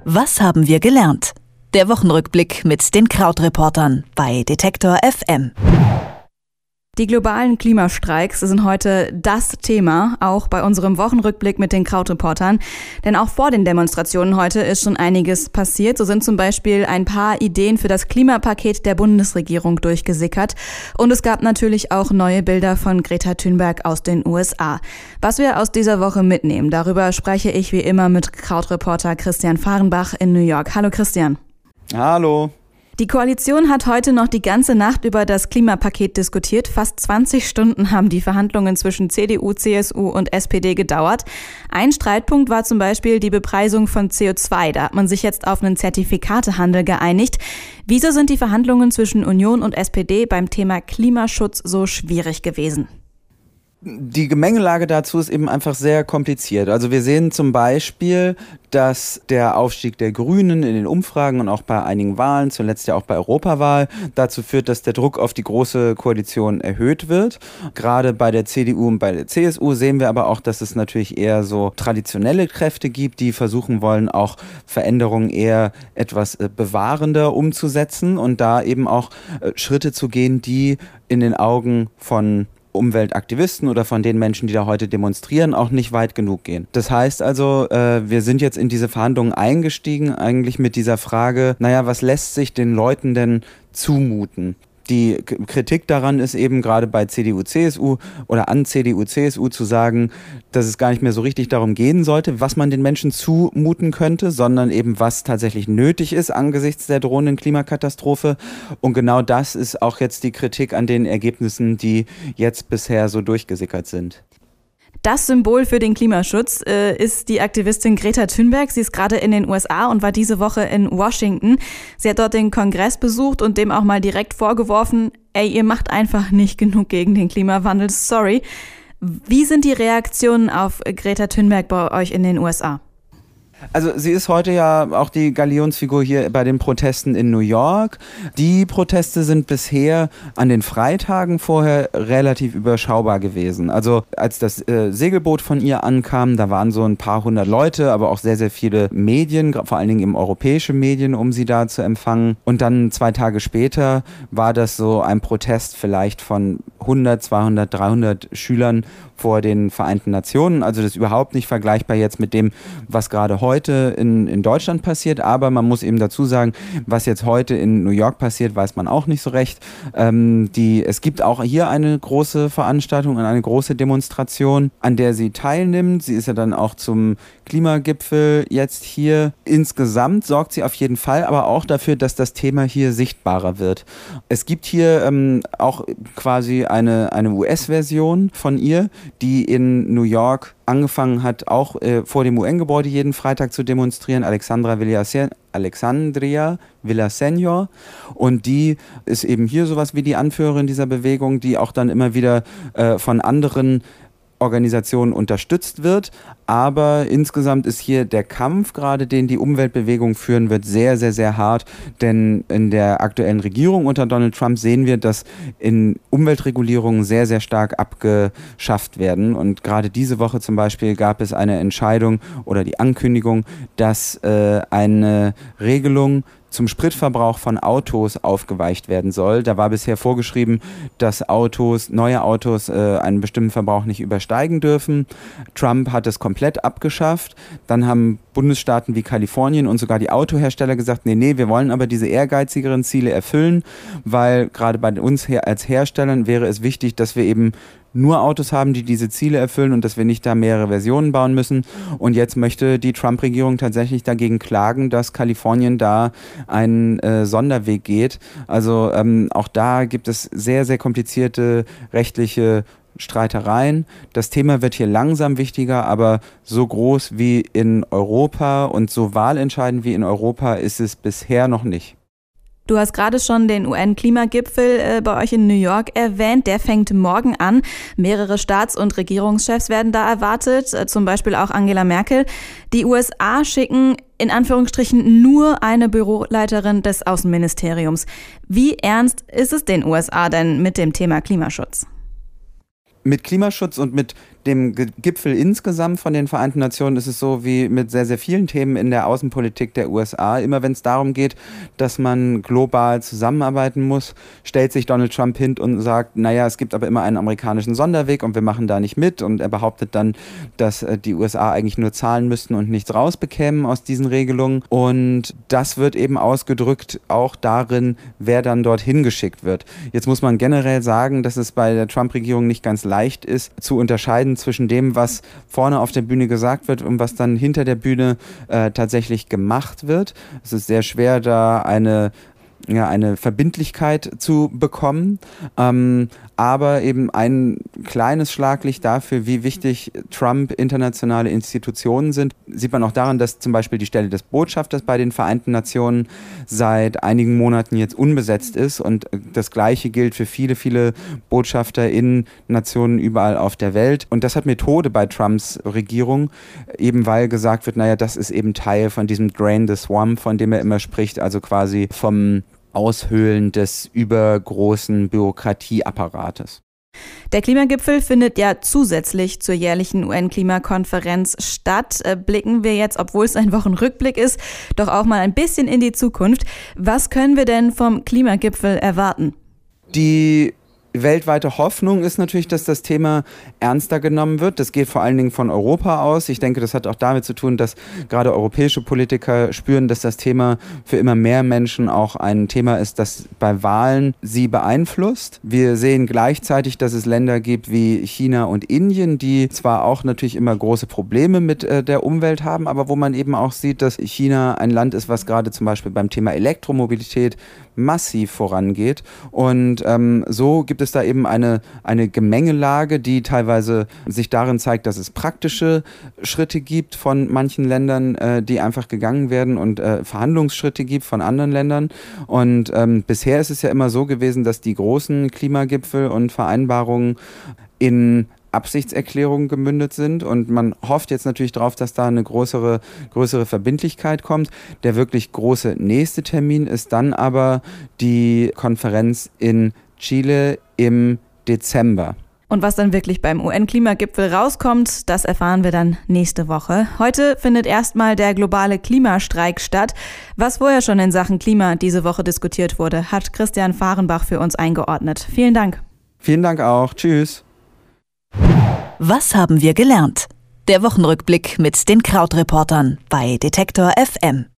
Was haben wir gelernt? Der Wochenrückblick mit den Krautreportern bei Detektor FM. Die globalen Klimastreiks sind heute das Thema, auch bei unserem Wochenrückblick mit den Krautreportern. Denn auch vor den Demonstrationen heute ist schon einiges passiert. So sind zum Beispiel ein paar Ideen für das Klimapaket der Bundesregierung durchgesickert. Und es gab natürlich auch neue Bilder von Greta Thunberg aus den USA. Was wir aus dieser Woche mitnehmen, darüber spreche ich wie immer mit Krautreporter Christian Fahrenbach in New York. Hallo Christian. Hallo. Die Koalition hat heute noch die ganze Nacht über das Klimapaket diskutiert. Fast 20 Stunden haben die Verhandlungen zwischen CDU, CSU und SPD gedauert. Ein Streitpunkt war zum Beispiel die Bepreisung von CO2. Da hat man sich jetzt auf einen Zertifikatehandel geeinigt. Wieso sind die Verhandlungen zwischen Union und SPD beim Thema Klimaschutz so schwierig gewesen? Die Gemengelage dazu ist eben einfach sehr kompliziert. Also wir sehen zum Beispiel, dass der Aufstieg der Grünen in den Umfragen und auch bei einigen Wahlen, zuletzt ja auch bei Europawahl, dazu führt, dass der Druck auf die Große Koalition erhöht wird. Gerade bei der CDU und bei der CSU sehen wir aber auch, dass es natürlich eher so traditionelle Kräfte gibt, die versuchen wollen, auch Veränderungen eher etwas bewahrender umzusetzen und da eben auch Schritte zu gehen, die in den Augen von Umweltaktivisten oder von den Menschen, die da heute demonstrieren, auch nicht weit genug gehen. Das heißt also, wir sind jetzt in diese Verhandlungen eingestiegen, eigentlich mit dieser Frage, was lässt sich den Leuten denn zumuten? Die Kritik daran ist eben gerade bei CDU, CSU oder an CDU, CSU zu sagen, dass es gar nicht mehr so richtig darum gehen sollte, was man den Menschen zumuten könnte, sondern eben was tatsächlich nötig ist angesichts der drohenden Klimakatastrophe. Und genau das ist auch jetzt die Kritik an den Ergebnissen, die jetzt bisher so durchgesickert sind. Das Symbol für den Klimaschutz ist die Aktivistin Greta Thunberg. Sie ist gerade in den USA und war diese Woche in Washington. Sie hat dort den Kongress besucht und dem auch mal direkt vorgeworfen, ihr macht einfach nicht genug gegen den Klimawandel, sorry. Wie sind die Reaktionen auf Greta Thunberg bei euch in den USA? Also sie ist heute ja auch die Galionsfigur hier bei den Protesten in New York. Die Proteste sind bisher an den Freitagen vorher relativ überschaubar gewesen. Also als das Segelboot von ihr ankam, da waren so ein paar hundert Leute, aber auch sehr, sehr viele Medien, vor allen Dingen eben europäische Medien, um sie da zu empfangen. Und dann 2 Tage später war das so ein Protest vielleicht von 100, 200, 300 Schülern vor den Vereinten Nationen. Also das ist überhaupt nicht vergleichbar jetzt mit dem, was gerade heute in Deutschland passiert. Aber man muss eben dazu sagen, was jetzt heute in New York passiert, weiß man auch nicht so recht. Es gibt auch hier eine große Veranstaltung und eine große Demonstration, an der sie teilnimmt. Sie ist ja dann auch zum Klimagipfel jetzt hier. Insgesamt sorgt sie auf jeden Fall aber auch dafür, dass das Thema hier sichtbarer wird. Es gibt hier auch quasi eine US-Version von ihr, die in New York angefangen hat, auch vor dem UN-Gebäude jeden Freitag zu demonstrieren, Alexandria Villaseñor. Und die ist eben hier sowas wie die Anführerin dieser Bewegung, die auch dann immer wieder von anderen Organisationen unterstützt wird. Aber insgesamt ist hier der Kampf, gerade den die Umweltbewegung führen wird, sehr, sehr, sehr hart. Denn in der aktuellen Regierung unter Donald Trump sehen wir, dass in Umweltregulierungen sehr, sehr stark abgeschafft werden. Und gerade diese Woche zum Beispiel gab es eine Entscheidung oder die Ankündigung, dass eine Regelung zum Spritverbrauch von Autos aufgeweicht werden soll. Da war bisher vorgeschrieben, dass neue Autos einen bestimmten Verbrauch nicht übersteigen dürfen. Trump hat es komplett abgeschafft. Dann haben Bundesstaaten wie Kalifornien und sogar die Autohersteller gesagt, nee, wir wollen aber diese ehrgeizigeren Ziele erfüllen, weil gerade bei uns als Herstellern wäre es wichtig, dass wir eben nur Autos haben, die diese Ziele erfüllen und dass wir nicht da mehrere Versionen bauen müssen. Und jetzt möchte die Trump-Regierung tatsächlich dagegen klagen, dass Kalifornien da einen Sonderweg geht. Also auch da gibt es sehr, sehr komplizierte rechtliche Streitereien. Das Thema wird hier langsam wichtiger, aber so groß wie in Europa und so wahlentscheidend wie in Europa ist es bisher noch nicht. Du hast gerade schon den UN-Klimagipfel bei euch in New York erwähnt. Der fängt morgen an. Mehrere Staats- und Regierungschefs werden da erwartet, zum Beispiel auch Angela Merkel. Die USA schicken in Anführungsstrichen nur eine Büroleiterin des Außenministeriums. Wie ernst ist es den USA denn mit dem Thema Klimaschutz? Mit Klimaschutz und mit dem Gipfel insgesamt von den Vereinten Nationen ist es so wie mit sehr, sehr vielen Themen in der Außenpolitik der USA. Immer wenn es darum geht, dass man global zusammenarbeiten muss, stellt sich Donald Trump hin und sagt, naja, es gibt aber immer einen amerikanischen Sonderweg und wir machen da nicht mit. Und er behauptet dann, dass die USA eigentlich nur zahlen müssten und nichts rausbekämen aus diesen Regelungen. Und das wird eben ausgedrückt auch darin, wer dann dorthin geschickt wird. Jetzt muss man generell sagen, dass es bei der Trump-Regierung nicht ganz leicht ist, zu unterscheiden zwischen dem, was vorne auf der Bühne gesagt wird und was dann hinter der Bühne tatsächlich gemacht wird. Es ist sehr schwer, da eine Verbindlichkeit zu bekommen, aber eben ein kleines Schlaglicht dafür, wie wichtig Trump internationale Institutionen sind, sieht man auch daran, dass zum Beispiel die Stelle des Botschafters bei den Vereinten Nationen seit einigen Monaten jetzt unbesetzt ist und das Gleiche gilt für viele, viele Botschafter in Nationen überall auf der Welt. Und das hat Methode bei Trumps Regierung, eben weil gesagt wird, naja, das ist eben Teil von diesem Drain the Swamp, von dem er immer spricht, also quasi vom Aushöhlen des übergroßen Bürokratieapparates. Der Klimagipfel findet ja zusätzlich zur jährlichen UN-Klimakonferenz statt. Blicken wir jetzt, obwohl es ein Wochenrückblick ist, doch auch mal ein bisschen in die Zukunft. Was können wir denn vom Klimagipfel erwarten? Die weltweite Hoffnung ist natürlich, dass das Thema ernster genommen wird. Das geht vor allen Dingen von Europa aus. Ich denke, das hat auch damit zu tun, dass gerade europäische Politiker spüren, dass das Thema für immer mehr Menschen auch ein Thema ist, das bei Wahlen sie beeinflusst. Wir sehen gleichzeitig, dass es Länder gibt wie China und Indien, die zwar auch natürlich immer große Probleme mit der Umwelt haben, aber wo man eben auch sieht, dass China ein Land ist, was gerade zum Beispiel beim Thema Elektromobilität massiv vorangeht. Und so gibt es da eben eine Gemengelage, die teilweise sich darin zeigt, dass es praktische Schritte gibt von manchen Ländern, die einfach gegangen werden und Verhandlungsschritte gibt von anderen Ländern. Und bisher ist es ja immer so gewesen, dass die großen Klimagipfel und Vereinbarungen in Absichtserklärungen gemündet sind und man hofft jetzt natürlich darauf, dass da eine größere Verbindlichkeit kommt. Der wirklich große nächste Termin ist dann aber die Konferenz in Chile im Dezember. Und was dann wirklich beim UN-Klimagipfel rauskommt, das erfahren wir dann nächste Woche. Heute findet erstmal der globale Klimastreik statt. Was vorher schon in Sachen Klima diese Woche diskutiert wurde, hat Christian Fahrenbach für uns eingeordnet. Vielen Dank. Vielen Dank auch. Tschüss. Was haben wir gelernt? Der Wochenrückblick mit den Krautreportern bei Detektor FM.